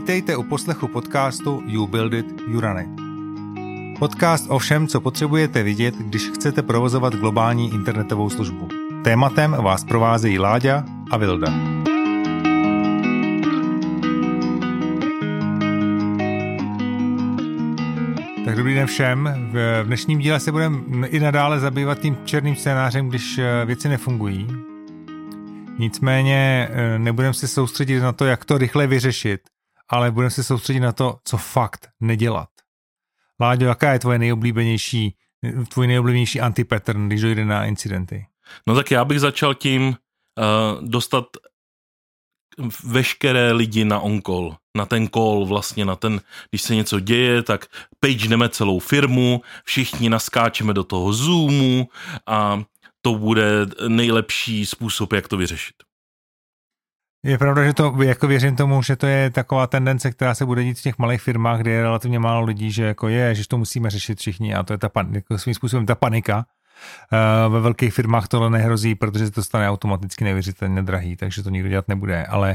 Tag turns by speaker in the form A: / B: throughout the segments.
A: Vítejte u poslechu podcastu You Build It, You Run It. Podcast o všem, co potřebujete vidět, když chcete provozovat globální internetovou službu. Tématem vás provázejí Láďa a Vilda. Tak dobrý den všem. V dnešním díle se budeme i nadále zabývat tím černým scénářem, když věci nefungují. Nicméně nebudeme se soustředit na to, jak to rychle vyřešit, ale budeme se soustředit na to, co fakt nedělat. Láďo, jaká je tvůj nejoblíbenější antipattern, když dojde na incidenty?
B: No tak já bych začal tím dostat veškeré lidi na on-call, na ten call vlastně, na ten, když se něco děje, tak pageneme celou firmu, všichni naskáčeme do toho Zoomu a to bude nejlepší způsob, jak to vyřešit.
A: Je pravda, že to, jako věřím tomu, že to je taková tendence, která se bude dít v těch malých firmách, kde je relativně málo lidí, že jako že to musíme řešit všichni a to je ta jako svým způsobem ta panika. Ve velkých firmách tohle nehrozí, protože se to stane automaticky neuvěřitelně drahý, takže to nikdo dělat nebude, ale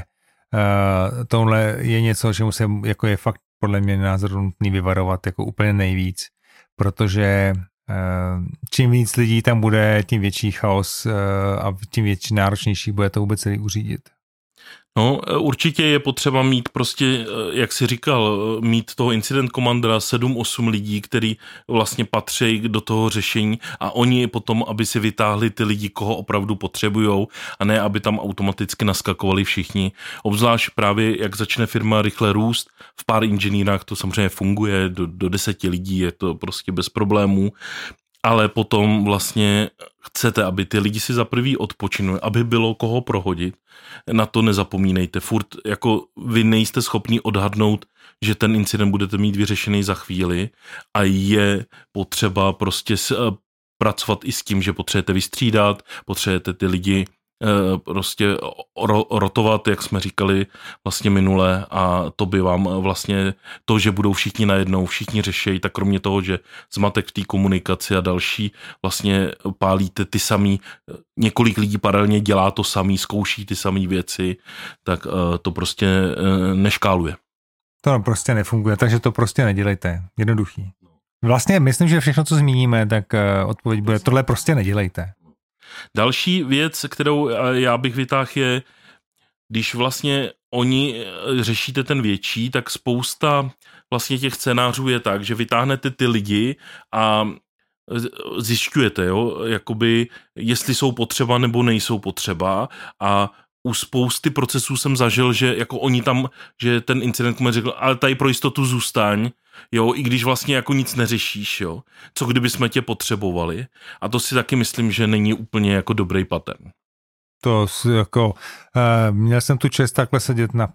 A: tohle je něco, čemu se jako je fakt podle mě názoru nutný vyvarovat jako úplně nejvíc, protože čím víc lidí tam bude, tím větší chaos a tím větší náročnější bude to vůbec celý uřídit.
B: No, určitě je potřeba mít prostě, jak jsi říkal, mít toho incident komandera 7-8 lidí, který vlastně patří do toho řešení a oni potom, aby si vytáhli ty lidi, koho opravdu potřebujou a ne, aby tam automaticky naskakovali všichni. Obzvlášť právě, jak začne firma rychle růst, v pár inženýrách to samozřejmě funguje, do 10 lidí je to prostě bez problémů, ale potom vlastně chcete, aby ty lidi si za prvý odpočinuli, aby bylo koho prohodit. Na to nezapomínejte. Furt jako vy nejste schopni odhadnout, že ten incident budete mít vyřešený za chvíli a je potřeba prostě pracovat i s tím, že potřebujete vystřídat, potřebujete ty lidi prostě rotovat, jak jsme říkali vlastně minule a to by vám vlastně to, že budou všichni najednou, všichni řešejí, tak kromě toho, že zmatek v té komunikaci a další vlastně pálíte ty samý, několik lidí paralelně dělá to samý, zkouší ty samý věci, tak to prostě neškáluje. To
A: prostě nefunguje, takže to prostě nedělejte. Jednoduchý. Vlastně myslím, že všechno, co zmíníme, tak odpověď bude, tohle prostě nedělejte.
B: Další věc, kterou já bych vytáhl, je, když vlastně oni řešíte ten větší, tak spousta vlastně těch scénářů je tak, že vytáhnete ty lidi a zjišťujete, jakoby, jestli jsou potřeba nebo nejsou potřeba a u spousty procesů jsem zažil, že jako oni tam, že ten incident mi řekl, ale tady pro jistotu zůstaň, i když vlastně jako nic neřešíš, co kdyby jsme tě potřebovali a to si taky myslím, že není úplně jako dobrý pattern.
A: To jako, měl jsem tu čest takhle sedět na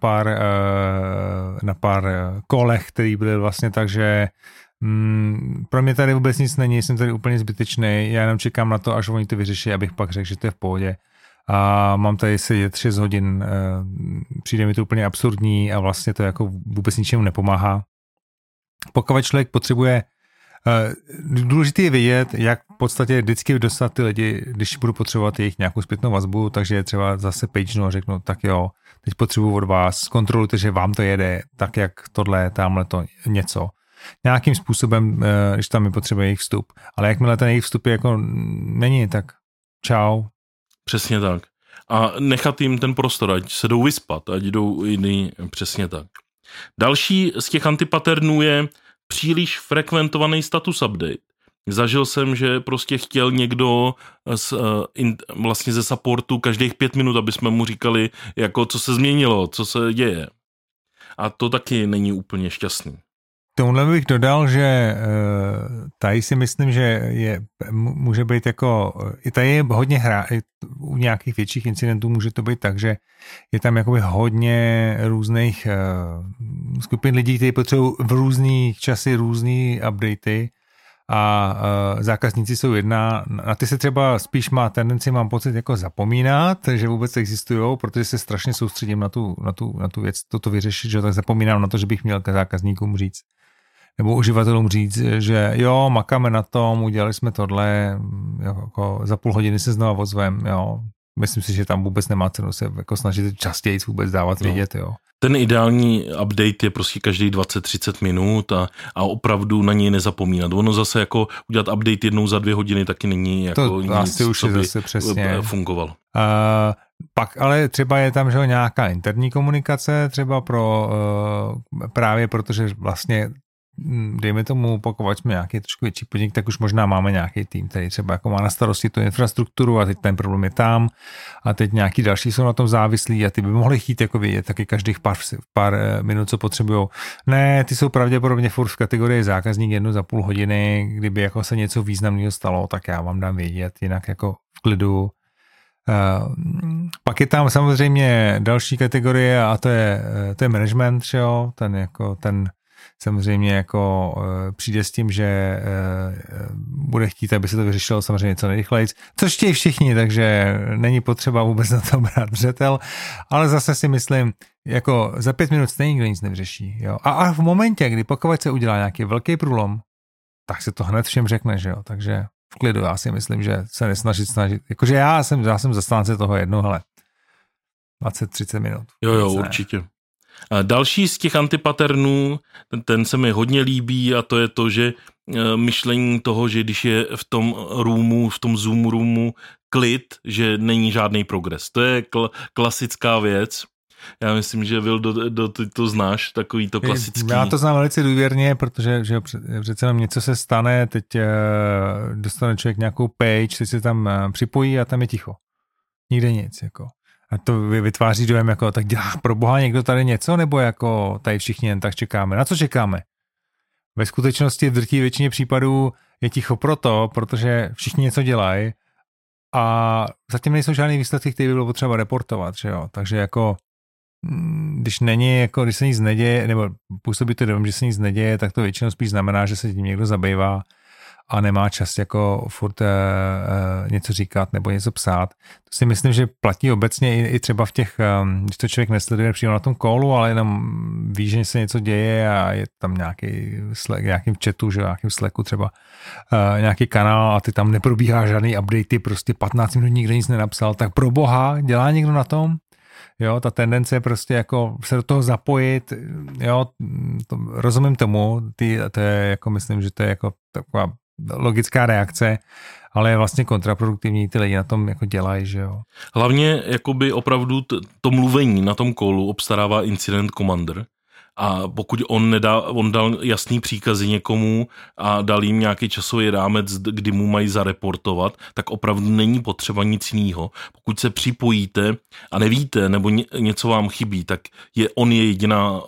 A: pár kolech, který byly vlastně tak, že pro mě tady vůbec nic není, jsem tady úplně zbytečný, já jenom čekám na to, až oni to vyřeší, abych pak řekl, že to je v pohodě. A mám tady sedět 6 hodin, přijde mi to úplně absurdní a vlastně to jako vůbec ničemu nepomáhá. Pokud člověk potřebuje, důležité je vědět, jak v podstatě vždycky dostat ty lidi, když budu potřebovat jejich nějakou zpětnou vazbu, takže je třeba zase pagenu a řeknu, tak jo, teď potřebuji od vás, zkontrolujte, že vám to jede, tak jak tohle, tamhle to něco. Nějakým způsobem, když tam je potřeba jejich vstup. Ale jakmile ten jejich vstup jako není, tak čau.
B: Přesně tak. A nechat jim ten prostor, ať se jdou vyspat, ať jdou jiný, přesně tak. Další z těch antipatternů je příliš frekventovaný status update. Zažil jsem, že prostě chtěl někdo vlastně ze supportu každých 5 minut, aby jsme mu říkali, jako co se změnilo, co se děje. A to taky není úplně šťastný.
A: Tomuhle bych dodal, že tady si myslím, že může být jako, i tady je hodně u nějakých větších incidentů může to být tak, že je tam jakoby hodně různých skupin lidí, kteří potřebují v různých časy různý updaty a zákazníci jsou jedna, na ty se třeba spíš má tendenci, mám pocit, jako zapomínat, že vůbec existujou, protože se strašně soustředím na tu věc, toto vyřešit, že tak zapomínám na to, že bych měl zákazníkům říct, nebo uživatelům říct, že jo, makáme na tom, udělali jsme tohle, jako za půl hodiny se znova ozvem, jo, myslím si, že tam vůbec nemá cenu se jako snažit častěji vůbec dávat vědět, jo.
B: Ten ideální update je prostě každý 20-30 minut a opravdu na něj nezapomínat. Ono zase jako udělat update jednou za 2 hodiny taky není jako
A: to
B: nic,
A: asi už
B: co by
A: zase přesně
B: fungovalo.
A: Pak ale třeba je tam, že nějaká interní komunikace, třeba právě protože vlastně dejme tomu, pokud jsme nějaký trošku větší podnik, tak už možná máme nějaký tým, který třeba jako má na starosti tu infrastrukturu a teď ten problém je tam a teď nějaký další jsou na tom závislí a ty by mohli chtít jako vědět taky každých pár minut, co potřebujou. Ne, ty jsou pravděpodobně furt v kategorii zákazník 1 za půl hodiny, kdyby jako se něco významného stalo, tak já vám dám vědět, jinak jako v klidu. Pak je tam samozřejmě další kategorie a to je management, že jo? Ten samozřejmě jako přijde s tím, že bude chtít, aby se to vyřešilo samozřejmě co nejrychleji, což chtějí všichni, takže není potřeba vůbec na to brát vřetel, ale zase si myslím, jako za 5 minut stejně nikdo nic nevyřeší. Jo? A v momentě, kdy pokud se udělá nějaký velký průlom, tak se to hned všem řekne, že jo, takže v klidu, já si myslím, že se nesnažit, jakože já jsem zastánce toho hele, 20-30 minut.
B: Jo, určitě. A další z těch antipatternů, ten se mi hodně líbí a to je to, že myšlení toho, že když je v tom Zoom roomu klid, že není žádný progres. To je klasická věc. Já myslím, že ty to znáš, takový to klasický.
A: Já to znám velice důvěrně, protože že přece jenom něco se stane, teď dostane člověk nějakou page, teď se tam připojí a tam je ticho. Nikde nic, jako. A to vytváří dojem, jako, tak dělá pro boha někdo tady něco, nebo jako tady všichni jen tak čekáme. Na co čekáme? Ve skutečnosti v drtí většině případů je ticho protože všichni něco dělají a zatím nejsou žádný výsledky, které by bylo potřeba reportovat, že jo. Takže jako když se nic neděje, nebo působí to dojem, že se nic neděje, tak to většinou spíš znamená, že se tím někdo zabývá a nemá čas jako furt něco říkat nebo něco psát. To si myslím, že platí obecně i třeba v těch, když to člověk nesleduje přímo na tom callu, ale jenom ví, že se něco děje a je tam nějaký Slack, nějakým chatu, že nějakým Slacku třeba nějaký kanál a ty tam neprobíhá žádný updatey, prostě 15 minut nikdo nic nenapsal, tak pro boha dělá někdo na tom? Jo, ta tendence je prostě jako se do toho zapojit, jo, rozumím tomu, to je jako myslím, že to je jako taková logická reakce, ale je vlastně kontraproduktivní, ty lidi na tom jako dělají, že jo.
B: Hlavně jakoby opravdu to mluvení na tom callu obstarává incident commander a pokud on dal jasný příkazy někomu a dal jim nějaký časový rámec, kdy mu mají zareportovat, tak opravdu není potřeba nic jiného. Pokud se připojíte a nevíte, nebo něco vám chybí, tak on je jediná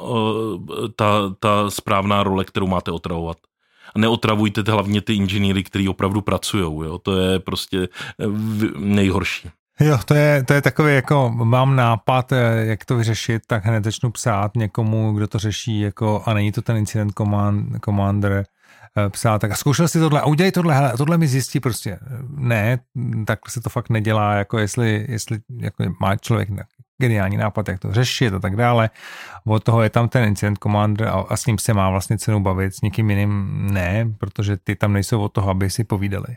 B: ta správná role, kterou máte otravovat. A neotravujte hlavně ty inženýry, kteří opravdu pracujou, jo? To je prostě nejhorší.
A: Jo, to je takový, jako mám nápad, jak to vyřešit, tak hned začnu psát někomu, kdo to řeší, jako, a není to ten incident commander, psát, tak a zkoušel jsi tohle a udělej tohle, hele, a tohle mi zjistí prostě. Ne, tak se to fakt nedělá, jako jestli jako má člověk geniální nápad, jak to řešit a tak dále. Od toho je tam ten incident commander a s ním se má vlastně cenu bavit, s někým jiným ne, protože ty tam nejsou od toho, aby si povídali.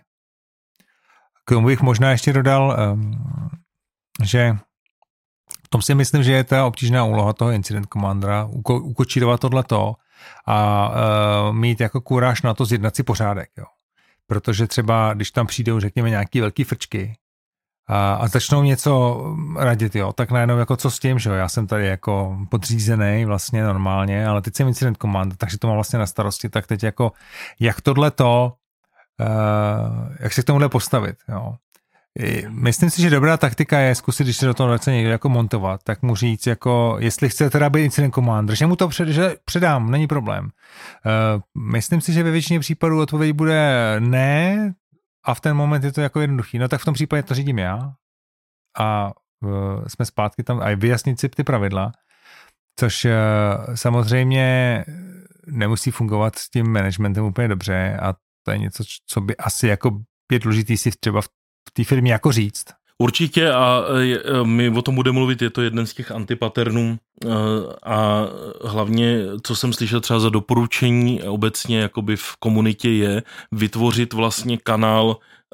A: K tomu bych možná ještě dodal, že v tom si myslím, že je ta obtížná úloha toho incident commandera ukočírovat tohleto a mít jako kůráž na to zjednat si pořádek. Jo. Protože třeba, když tam přijdou, řekněme, nějaký velký frčky a začnou něco radit, jo, tak najednou jako co s tím, že jo, já jsem tady jako podřízený vlastně normálně, ale teď jsem incident commander, takže to mám vlastně na starosti, tak teď jako, jak tohleto, jak se k tomuhle postavit, jo. Myslím si, že dobrá taktika je zkusit, když se do toho chce někdo jako montovat, tak mu říct, jako, jestli chce teda být incident commander, že mu to předám, není problém. Myslím si, že ve většině případů odpověď bude ne a v ten moment je to jako jednoduchý. No tak v tom případě to řídím já a jsme zpátky tam a vyjasnit si ty pravidla, což samozřejmě nemusí fungovat s tím managementem úplně dobře a to je něco, co by asi jako je důležitý si třeba v té firmě jako říct.
B: Určitě a my o tom budeme mluvit, je to jeden z těch antipatternů a hlavně, co jsem slyšel třeba za doporučení obecně jakoby v komunitě je vytvořit vlastně kanál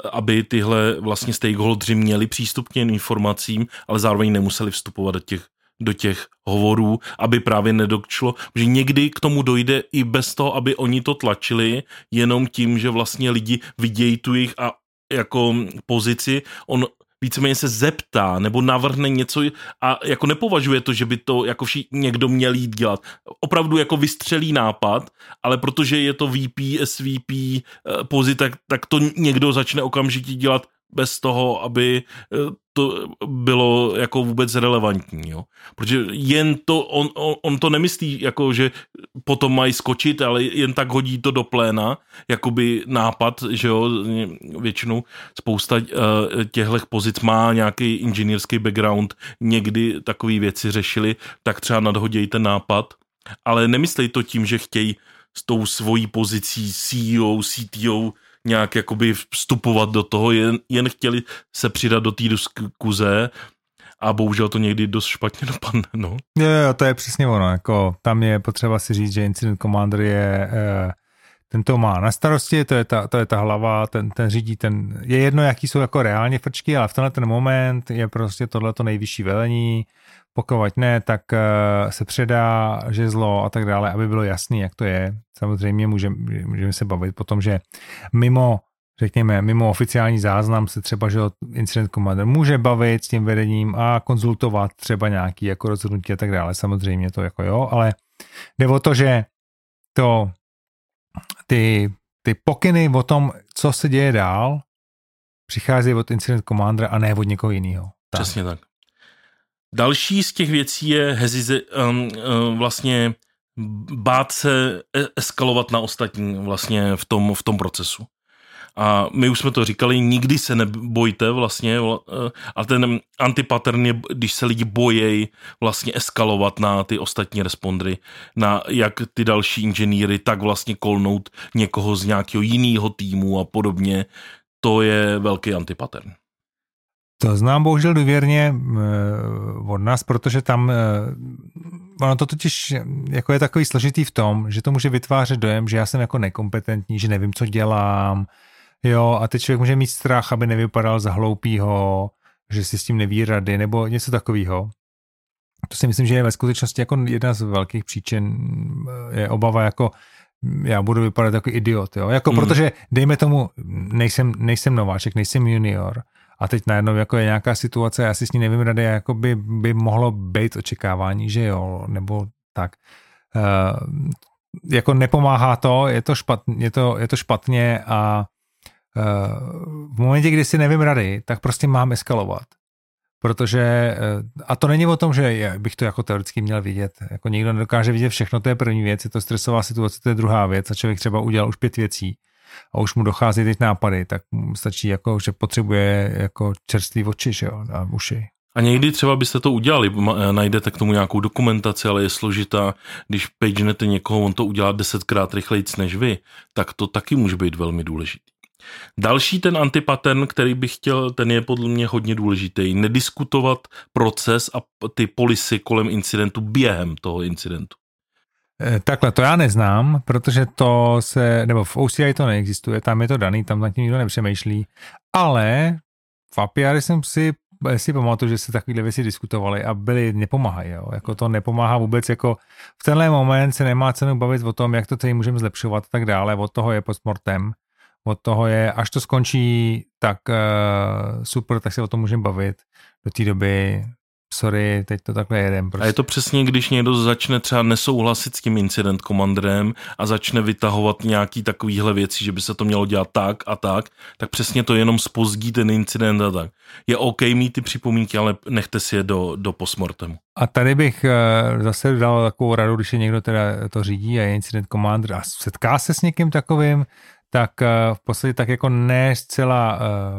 B: aby tyhle vlastně stakeholdři měli přístup k těm informacím, ale zároveň nemuseli vstupovat do těch hovorů, aby právě nedošlo, že někdy k tomu dojde i bez toho, aby oni to tlačili, jenom tím, že vlastně lidi vidějí tu jejich a jako pozici, on víceméně se zeptá nebo navrhne něco a jako nepovažuje to, že by to jako někdo měl jít dělat. Opravdu jako vystřelí nápad, ale protože je to VP, SVP pozice, tak to někdo začne okamžitě dělat bez toho, aby to bylo jako vůbec relevantní, jo. Protože jen to, on to nemyslí, jako že potom mají skočit, ale jen tak hodí to do pléna, jakoby nápad, že jo, většinou spousta těchto pozic má nějaký inženýrský background, někdy takové věci řešili, tak třeba nadhodějí ten nápad, ale nemyslej to tím, že chtějí s tou svojí pozicí CEO, CTO nějak jakoby vstupovat do toho, jen chtěli se přidat do té diskuze a bohužel to někdy dost špatně dopadne, no.
A: Jo, to je přesně ono, jako tam je potřeba si říct, že Incident Commander je, ten to má na starosti, to je ta hlava, ten řídí, je jedno, jaký jsou jako reálně frčky, ale v tenhle ten moment je prostě tohleto nejvyšší velení, pokud ne, tak se předá žezlo a tak dále, aby bylo jasný, jak to je. Samozřejmě můžeme se bavit potom, že mimo oficiální záznam se třeba, že Incident Commander může bavit s tím vedením a konzultovat třeba nějaký jako rozhodnutí a tak dále. Samozřejmě to jako jo, ale jde o to, že ty pokyny o tom, co se děje dál, přichází od Incident Commandera a ne od někoho jiného.
B: Přesně tak. Další z těch věcí je vlastně bát se eskalovat na ostatní vlastně v tom procesu. A my už jsme to říkali, nikdy se nebojte vlastně, a ten antipattern je, když se lidi bojejí vlastně eskalovat na ty ostatní respondry, na jak ty další inženýry, tak vlastně kolnout někoho z nějakého jiného týmu a podobně. To je velký antipattern.
A: To znám bohužel důvěrně od nás, protože tam ono to totiž jako je takový složitý v tom, že to může vytvářet dojem, že já jsem jako nekompetentní, že nevím, co dělám, jo, a teď člověk může mít strach, aby nevypadal za hloupýho, že si s tím neví rady, nebo něco takového. To si myslím, že je ve skutečnosti jako jedna z velkých příčin, je obava jako já budu vypadat jako idiot, jo, jako protože dejme tomu, nejsem nováček, nejsem junior, a teď najednou jako je nějaká situace, já si s ní nevím rady, jako by mohlo být očekávání, že jo, nebo tak. Jako nepomáhá to, je to špatně a v momentě, kdy si nevím rady, tak prostě mám eskalovat. Protože, a to není o tom, že bych to jako teoreticky měl vidět, jako nikdo nedokáže vidět všechno, to je první věc, je to stresová situace, to je druhá věc a člověk třeba udělal už 5 věcí a už mu dochází teď nápady, tak stačí jako, že potřebuje jako čerstvý oči, že jo, a uši.
B: A někdy třeba byste to udělali, najdete k tomu nějakou dokumentaci, ale je složitá, když pagenete někoho, on to udělá 10krát rychlejc než vy, tak to taky může být velmi důležitý. Další ten antipattern, který bych chtěl, ten je podle mě hodně důležitý. Nediskutovat proces a ty policy kolem incidentu během toho incidentu.
A: Takhle, to já neznám, protože nebo v OCI to neexistuje, tam je to daný, tam nad tím nikdo nepřemýšlí, ale v API jsem si pamatuju, že se takovýhle věci diskutovaly a nepomáhají, jo. Jako to nepomáhá vůbec, jako v tenhle moment se nemá cenu bavit o tom, jak to tady můžeme zlepšovat a tak dále, od toho je postmortem, od toho je, až to skončí, tak super, tak se o tom můžeme bavit. Do té doby, sorry, teď to takhle jedem. Prostě.
B: A je to přesně, když někdo začne třeba nesouhlasit s tím incident commanderem a začne vytahovat nějaký takovýhle věci, že by se to mělo dělat tak, tak přesně to jenom zpozdí ten incident a tak. Je OK mít ty připomínky, ale nechte si je do postmortemu.
A: A tady bych zase dal takovou radu, když je někdo teda to řídí a je incident commander a setká se s někým takovým, tak v podstatě tak jako ne zcela,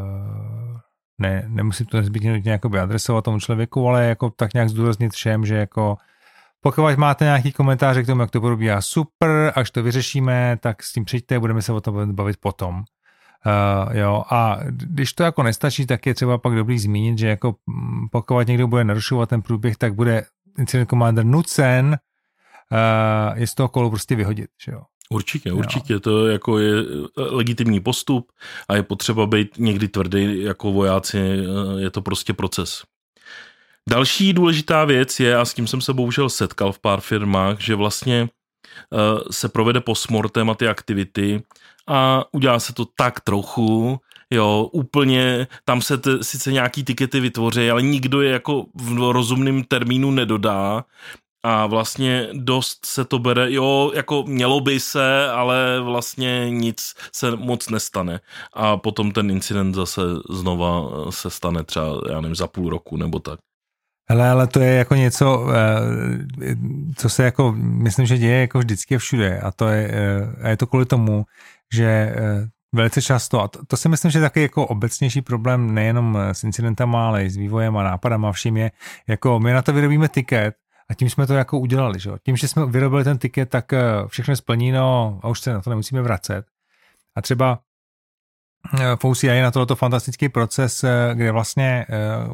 A: nemusím to nezbytně nutně adresovat tomu člověku, ale jako tak nějak zdůraznit všem, že jako pokud máte nějaký komentáře k tomu, jak to probíhá, super, až to vyřešíme, tak s tím přijďte, budeme se o tom bavit potom. Jo, a když to jako nestačí, tak je třeba pak dobrý zmínit, že jako pokud někdo bude narušovat ten průběh, tak bude incident commander nucen je z toho kolu prostě vyhodit. Že jo?
B: Určitě, to jako je legitimní postup a je potřeba být někdy tvrdý jako vojáci, je to prostě proces. Další důležitá věc je, a s tím jsem se bohužel setkal v pár firmách, že vlastně se provede postmortem a ty aktivity a udělá se to tak trochu, jo, úplně, tam se sice nějaký tikety vytvoří, ale nikdo je jako v rozumném termínu nedodá a vlastně dost se to bere, jo, jako mělo by se, ale vlastně nic se moc nestane a potom ten incident zase znova se stane třeba, já nevím, za půl roku nebo tak.
A: Hele, ale to je jako něco, co se jako, myslím, že děje jako vždycky všude a je to kvůli tomu, že velice často, a to si myslím, že je takový jako obecnější problém nejenom s incidentama, ale i s vývojem a nápadama, vším je, jako my na to vyrobíme tiket a tím jsme to jako udělali, že? Tím, že jsme vyrobili ten tiket, tak všechno je splněno a už se na to nemusíme vracet. A třeba v OCI je na tohleto fantastický proces, kde vlastně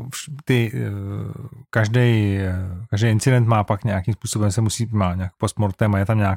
A: každý incident má pak nějakým způsobem má nějaký postmortem a je tam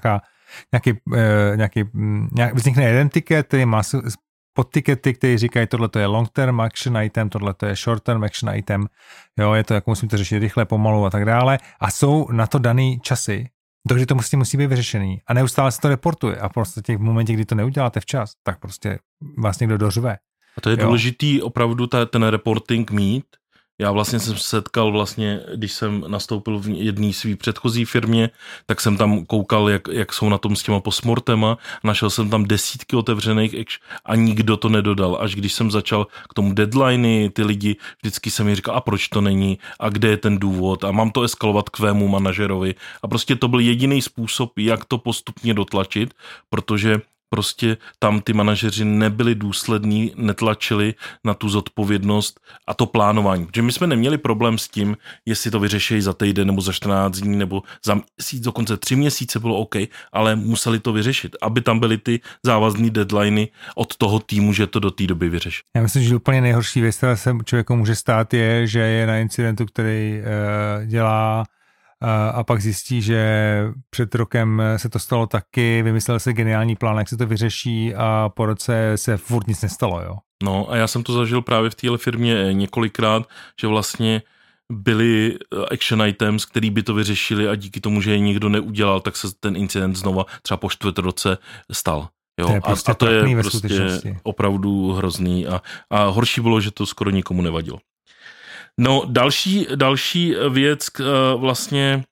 A: vznikne jeden tiket, který má podtikety, který říkají, tohle to je long term action item, tohle to je short term action item, jo, je to jako musím to řešit rychle, pomalu a tak dále a jsou na to daný časy, takže to musí být vyřešený a neustále se to reportuje a prostě v momentě, kdy to neuděláte včas, tak prostě vás někdo dořve.
B: A to je důležitý opravdu ten reporting mít. Já vlastně jsem setkal vlastně, když jsem nastoupil v jedné své předchozí firmě, tak jsem tam koukal, jak jsou na tom s těma postmortema, našel jsem tam desítky otevřených a nikdo to nedodal. Až když jsem začal k tomu deadliney, ty lidi vždycky se mi říkal, a proč to není, a kde je ten důvod, a mám to eskalovat k svému manažerovi. A prostě to byl jediný způsob, jak to postupně dotlačit, protože prostě tam ty manažeři nebyli důslední, netlačili na tu zodpovědnost a to plánování. Protože my jsme neměli problém s tím, jestli to vyřeší za týden nebo za 14 dní nebo za měsíc, dokonce 3 měsíce bylo OK, ale museli to vyřešit, aby tam byly ty závazné deadliny od toho týmu, že to do té doby vyřeší.
A: Já myslím, že úplně nejhorší věc, která se člověku může stát, je, že je na incidentu, který dělá a pak zjistí, že před rokem se to stalo taky, vymyslel se geniální plán, jak se to vyřeší a po roce se furt nic nestalo, jo.
B: No a já jsem to zažil právě v téhle firmě několikrát, že vlastně byly action items, který by to vyřešili a díky tomu, že je nikdo neudělal, tak se ten incident znova třeba po 4 roce stal. Jo?
A: To je prostě
B: a to je prostě opravdu hrozný a horší bylo, že to skoro nikomu nevadilo. No další věc vlastně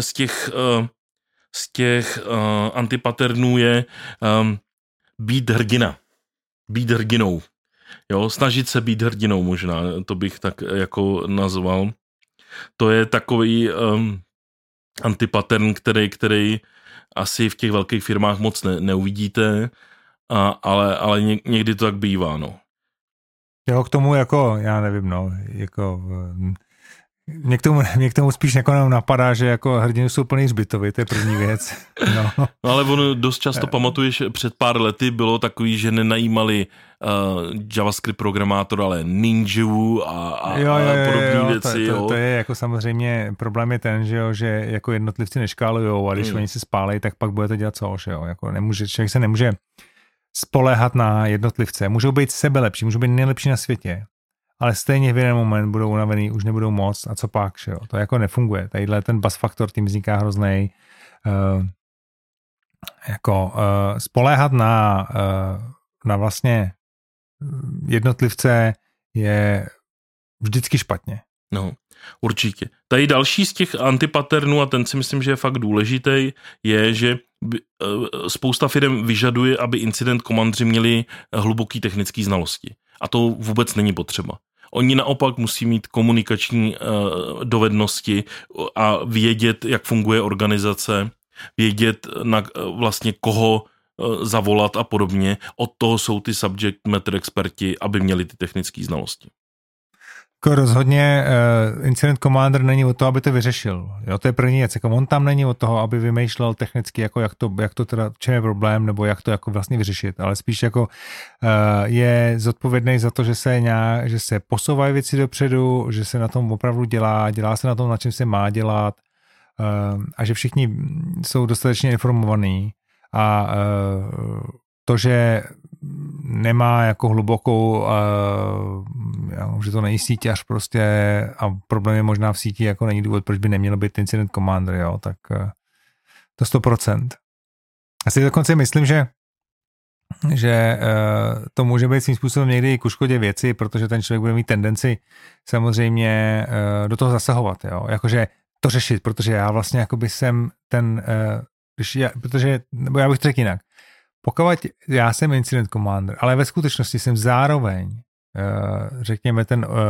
B: z těch antipaternů je být hrdina. Být hrdinou. Jo, snažit se být hrdinou možná, to bych tak jako nazval. To je takový antipatern, který asi v těch velkých firmách moc neuvidíte, ale někdy to tak bývá, no.
A: Jo, k tomu jako, já nevím, no, jako mě k tomu spíš jako napadá, že jako hrdiny jsou plný zbytovy, to je první věc. No
B: ale on dost často pamatuješ, před pár lety bylo takový, že nenajímali JavaScript programátor, ale ninju a podobné věci.
A: To je jako samozřejmě, problém je ten, že jako jednotlivci neškálujou a když oni se spálej, tak pak budete dělat což, jo, jako člověk se nemůže spoléhat na jednotlivce. Můžou být sebelepší, můžou být nejlepší na světě, ale stejně v jeden moment budou unavený, už nebudou moc a co pak, že jo? To jako nefunguje. Tadyhle ten buzz faktor, tím vzniká hroznej. Spoléhat na vlastně jednotlivce je vždycky špatně.
B: No, určitě. Tady další z těch antipaternů, a ten si myslím, že je fakt důležitý, je, že spousta firm vyžaduje, aby incident komandři měli hluboký technický znalosti. A to vůbec není potřeba. Oni naopak musí mít komunikační dovednosti a vědět, jak funguje organizace, vědět vlastně koho zavolat a podobně. Od toho jsou ty subject matter experti, aby měli ty technické znalosti.
A: Rozhodně incident commander není o toho, aby to vyřešil. Jo, to je první věc. Jako on tam není o toho, aby vymýšlel technicky, jako jak to teda, v čem je problém, nebo jak to jako vlastně vyřešit, ale spíš jako je zodpovědný za to, že se posouvají věci dopředu, že se na tom opravdu dělá se na tom, na čem se má dělat a že všichni jsou dostatečně informovaní a to, že nemá jako hlubokou, že to není síťař prostě a problém je možná v síti, jako není důvod, proč by neměl být incident commander, jo, tak to 100%. Já si dokonce myslím, že to může být svým způsobem někdy i ku škodě věci, protože ten člověk bude mít tendenci samozřejmě do toho zasahovat, jo, jakože to řešit, protože já vlastně jakoby jsem ten, nebo já bych to řekl jinak, pokud já jsem incident commander, ale ve skutečnosti jsem zároveň, řekněme,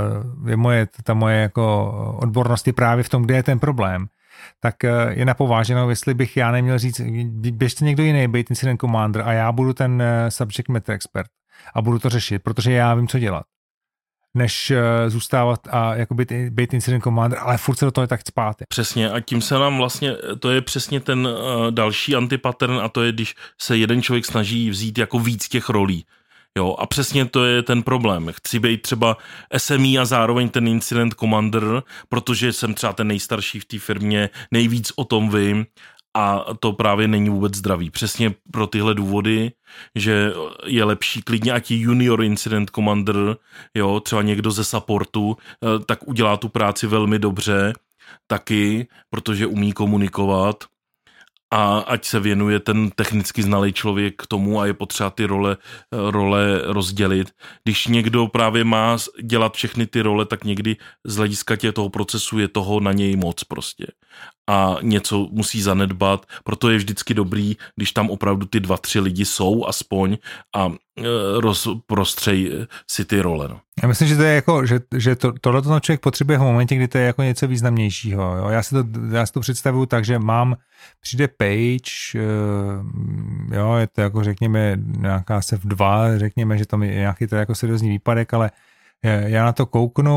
A: ta moje jako odbornost je právě v tom, kde je ten problém, tak je napováženou, jestli bych já neměl říct, běžte někdo jiný být incident commander a já budu ten subject matter expert a budu to řešit, protože já vím, co dělat, než zůstávat a jako být incident commander, ale furt se do toho tak cpát.
B: Přesně a tím se nám vlastně, to je přesně ten další antipattern a to je, když se jeden člověk snaží vzít jako víc těch rolí. Jo, a přesně to je ten problém. Chci být třeba SME a zároveň ten incident commander, protože jsem třeba ten nejstarší v té firmě, nejvíc o tom vím a to právě není vůbec zdravý. Přesně pro tyhle důvody, že je lepší klidně, ať je junior incident commander, jo, třeba někdo ze supportu, tak udělá tu práci velmi dobře taky, protože umí komunikovat. A ať se věnuje ten technicky znalý člověk k tomu a je potřeba ty role rozdělit. Když někdo právě má dělat všechny ty role, tak někdy z hlediska toho procesu je toho na něj moc prostě. A něco musí zanedbat, proto je vždycky dobrý, když tam opravdu ty 2-3 lidi jsou aspoň a rozprostřej si ty role. No.
A: Já myslím, že to je jako, že tohle člověk potřebuje v momentě, kdy to je jako něco významnějšího. Jo? Já si to představuju tak, že přijde page, jo, je to jako řekněme nějaká SEF2, řekněme, že tam je nějaký to jako seriózní výpadek, ale já na to kouknu,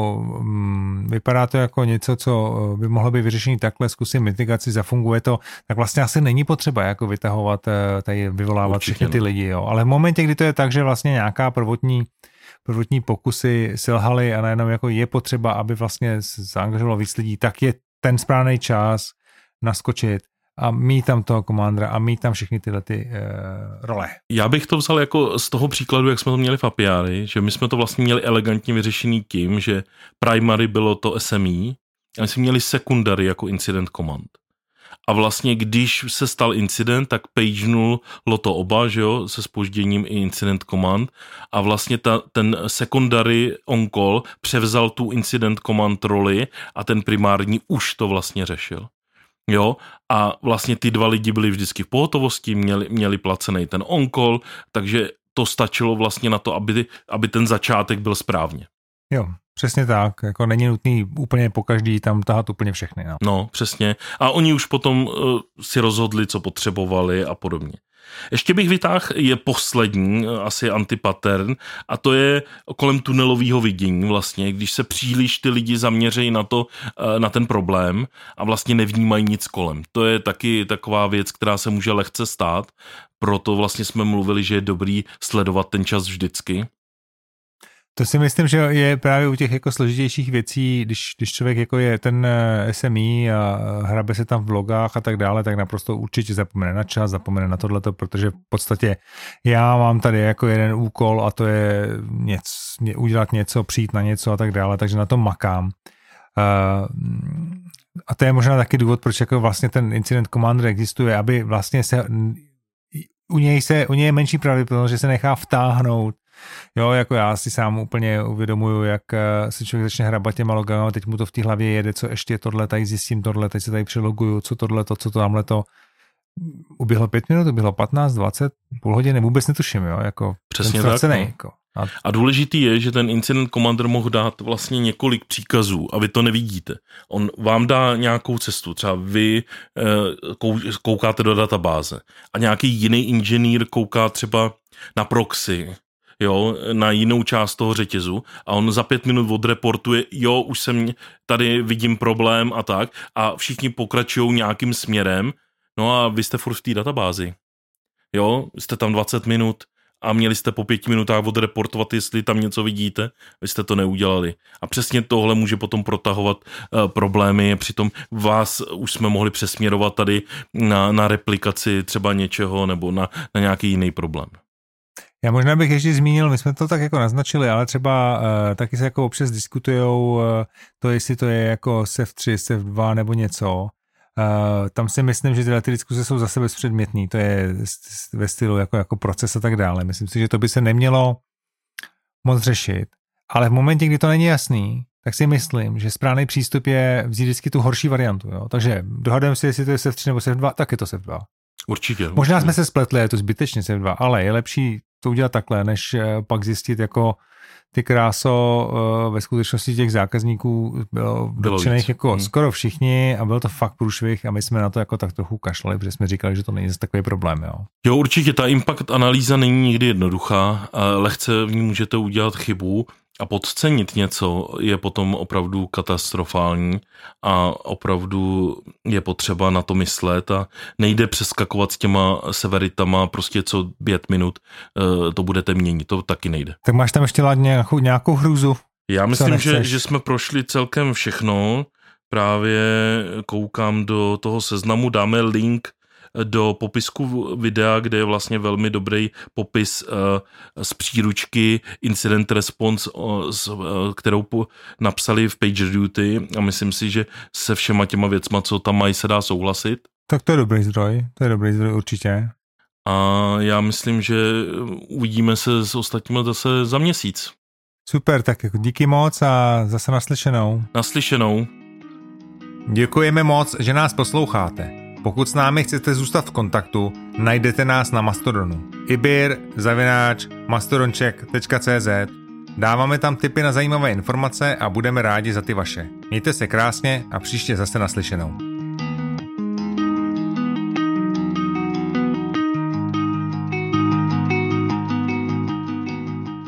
A: vypadá to jako něco, co by mohlo být vyřešení takhle, zkusím mitigaci, zafunguje to, tak vlastně asi není potřeba jako vytahovat, tady vyvolávat všechny ty lidi, jo. Ale v momentě, kdy to je tak, že vlastně nějaká prvotní pokusy selhaly a najednou jako je potřeba, aby vlastně zaangažovalo víc lidí, tak je ten správný čas naskočit a mít tam toho komandra a mít tam všechny tyhle ty role.
B: Já bych to vzal jako z toho příkladu, jak jsme to měli v Apiary, že my jsme to vlastně měli elegantně vyřešený tím, že primary bylo to SME a my jsme měli secondary jako incident command. A vlastně, když se stal incident, tak pagenulo to oba, že jo, se zpožděním i incident command a vlastně ten secondary on-call převzal tu incident command roli a ten primární už to vlastně řešil. Jo, a vlastně ty 2 lidi byli vždycky v pohotovosti, měli placený ten on-call, takže to stačilo vlastně na to, aby ten začátek byl správně.
A: Jo, přesně tak, jako není nutný úplně po každý tam tahat úplně všechny.
B: No, přesně. A oni už potom si rozhodli, co potřebovali a podobně. Ještě bych vytáhl je poslední, asi antipattern, a to je kolem tunelového vidění vlastně, když se příliš ty lidi zaměřejí na ten problém a vlastně nevnímají nic kolem. To je taky taková věc, která se může lehce stát, proto vlastně jsme mluvili, že je dobrý sledovat ten čas vždycky.
A: To si myslím, že je právě u těch jako složitějších věcí, když člověk jako je ten SME a hrabe se tam v logách a tak dále, tak naprosto určitě zapomene na čas, zapomene na tohleto, protože v podstatě já mám tady jako jeden úkol a to je udělat něco, přijít na něco a tak dále, takže na tom makám. A to je možná taky důvod, proč jako vlastně ten incident commander existuje, aby vlastně u něj je menší pravděpodobnost, že se nechá vtáhnout. Jo, jako já si sám úplně uvědomuju, jak si člověk začne hrabat těma logama, teď mu to v té hlavě jede, co ještě tohle, tady zjistím tohle, teď se tady přeloguju, co tohleto, co to tamhleto. Uběhlo 5 minut, uběhlo 15, 20, půl hodiny, vůbec netuším, jo, jako
B: přesně tak.
A: Jako.
B: A důležitý je, že ten incident commander mohl dát vlastně několik příkazů a vy to nevidíte. On vám dá nějakou cestu, třeba vy koukáte do databáze a nějaký jiný inženýr kouká třeba na proxy, jo, na jinou část toho řetězu a on za 5 minut odreportuje, jo, už tady vidím problém a tak a všichni pokračují nějakým směrem, no a vy jste furt v té databázi, jo, jste tam 20 minut a měli jste po 5 minutách odreportovat, jestli tam něco vidíte, vy jste to neudělali. A přesně tohle může potom protahovat problémy, přitom vás už jsme mohli přesměrovat tady na replikaci třeba něčeho nebo na nějaký jiný problém.
A: Já možná bych ještě zmínil, my jsme to tak jako naznačili, ale třeba taky se jako občas diskutujou to, jestli to je jako SEF3, SEF2 nebo něco. Tam si myslím, že tyhle ty diskuse jsou zase bezpředmětný, to je ve stylu jako proces a tak dále. Myslím si, že to by se nemělo moc řešit, ale v momentě, kdy to není jasný, tak si myslím, že správný přístup je vzít vždycky tu horší variantu. Jo? Takže dohadujeme si, jestli to je SEF3 nebo SEF2, tak je to SEF2.
B: Určitě.
A: Možná jsme se spletli, je to zbytečně SEF2, ale je lepší to udělat takhle, než pak zjistit jako ty kráso ve skutečnosti těch zákazníků bylo dotčených jako skoro všichni a byl to fakt průšvih a my jsme na to jako tak trochu kašlali, protože jsme říkali, že to není takový problém.
B: Jo, určitě ta impact analýza není nikdy jednoduchá, lehce v ní můžete udělat chybu a podcenit něco je potom opravdu katastrofální a opravdu je potřeba na to myslet a nejde přeskakovat s těma severitama, prostě co 5 minut to budete měnit, to taky nejde.
A: Tak máš tam ještě nějakou hrůzu?
B: Já myslím, že jsme prošli celkem všechno, právě koukám do toho seznamu, dáme link do popisku videa, kde je vlastně velmi dobrý popis z příručky Incident Response, kterou napsali v PagerDuty a myslím si, že se všema těma věcma, co tam mají, se dá souhlasit.
A: Tak to je dobrý zdroj určitě.
B: A já myslím, že uvidíme se s ostatními zase za měsíc.
A: Super, tak jako díky moc a zase naslyšenou.
B: Naslyšenou.
A: Děkujeme moc, že nás posloucháte. Pokud s námi chcete zůstat v kontaktu, najdete nás na Mastodonu. ibir@mastodoncheck.cz. Dáváme tam tipy na zajímavé informace a budeme rádi za ty vaše. Mějte se krásně a příště zase naslyšenou.